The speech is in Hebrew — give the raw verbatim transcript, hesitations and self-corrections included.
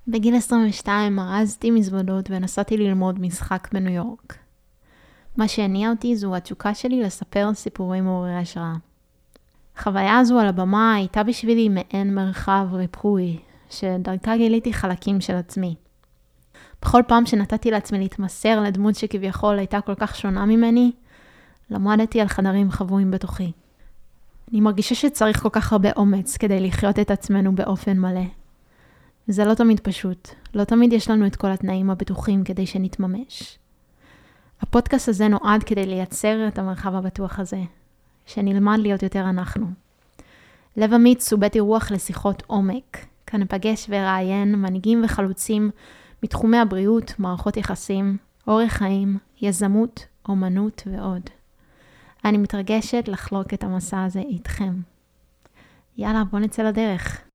בגיל עשרים ושתיים ארזתי מזוודות ונסעתי ללמוד משחק בניו יורק. מה שהניע אותי זו התשוקה שלי לספר סיפורים מעוררי השראה. החוויה הזו על הבמה הייתה בשבילי מעין מרחב ריפוי, שדרכה גיליתי חלקים של עצמי. בכל פעם שנתתי לעצמי להתמסר לדמות שכביכול הייתה כל כך שונה ממני, למדתי על חדרים חבויים בתוכי. אני מרגישה שצריך כל כך הרבה אומץ כדי לחיות את עצמנו באופן מלא. זה לא תמיד פשוט, לא תמיד יש לנו את כל התנאים הבטוחים כדי שנתממש. הפודקאסט הזה נועד כדי לייצר את המרחב הבטוח הזה, שנלמד להיות יותר אנחנו. לב אמיץ הוא בית אירוח לשיחות עומק, כאן נפגש וראיין מנהיגים וחלוצים מתחומי הבריאות, מערכות יחסים, אורח חיים, יזמות, אומנות ועוד. אני מתרגשת לחלוק את המסע הזה איתכם. יאללה, בוא נצא לדרך.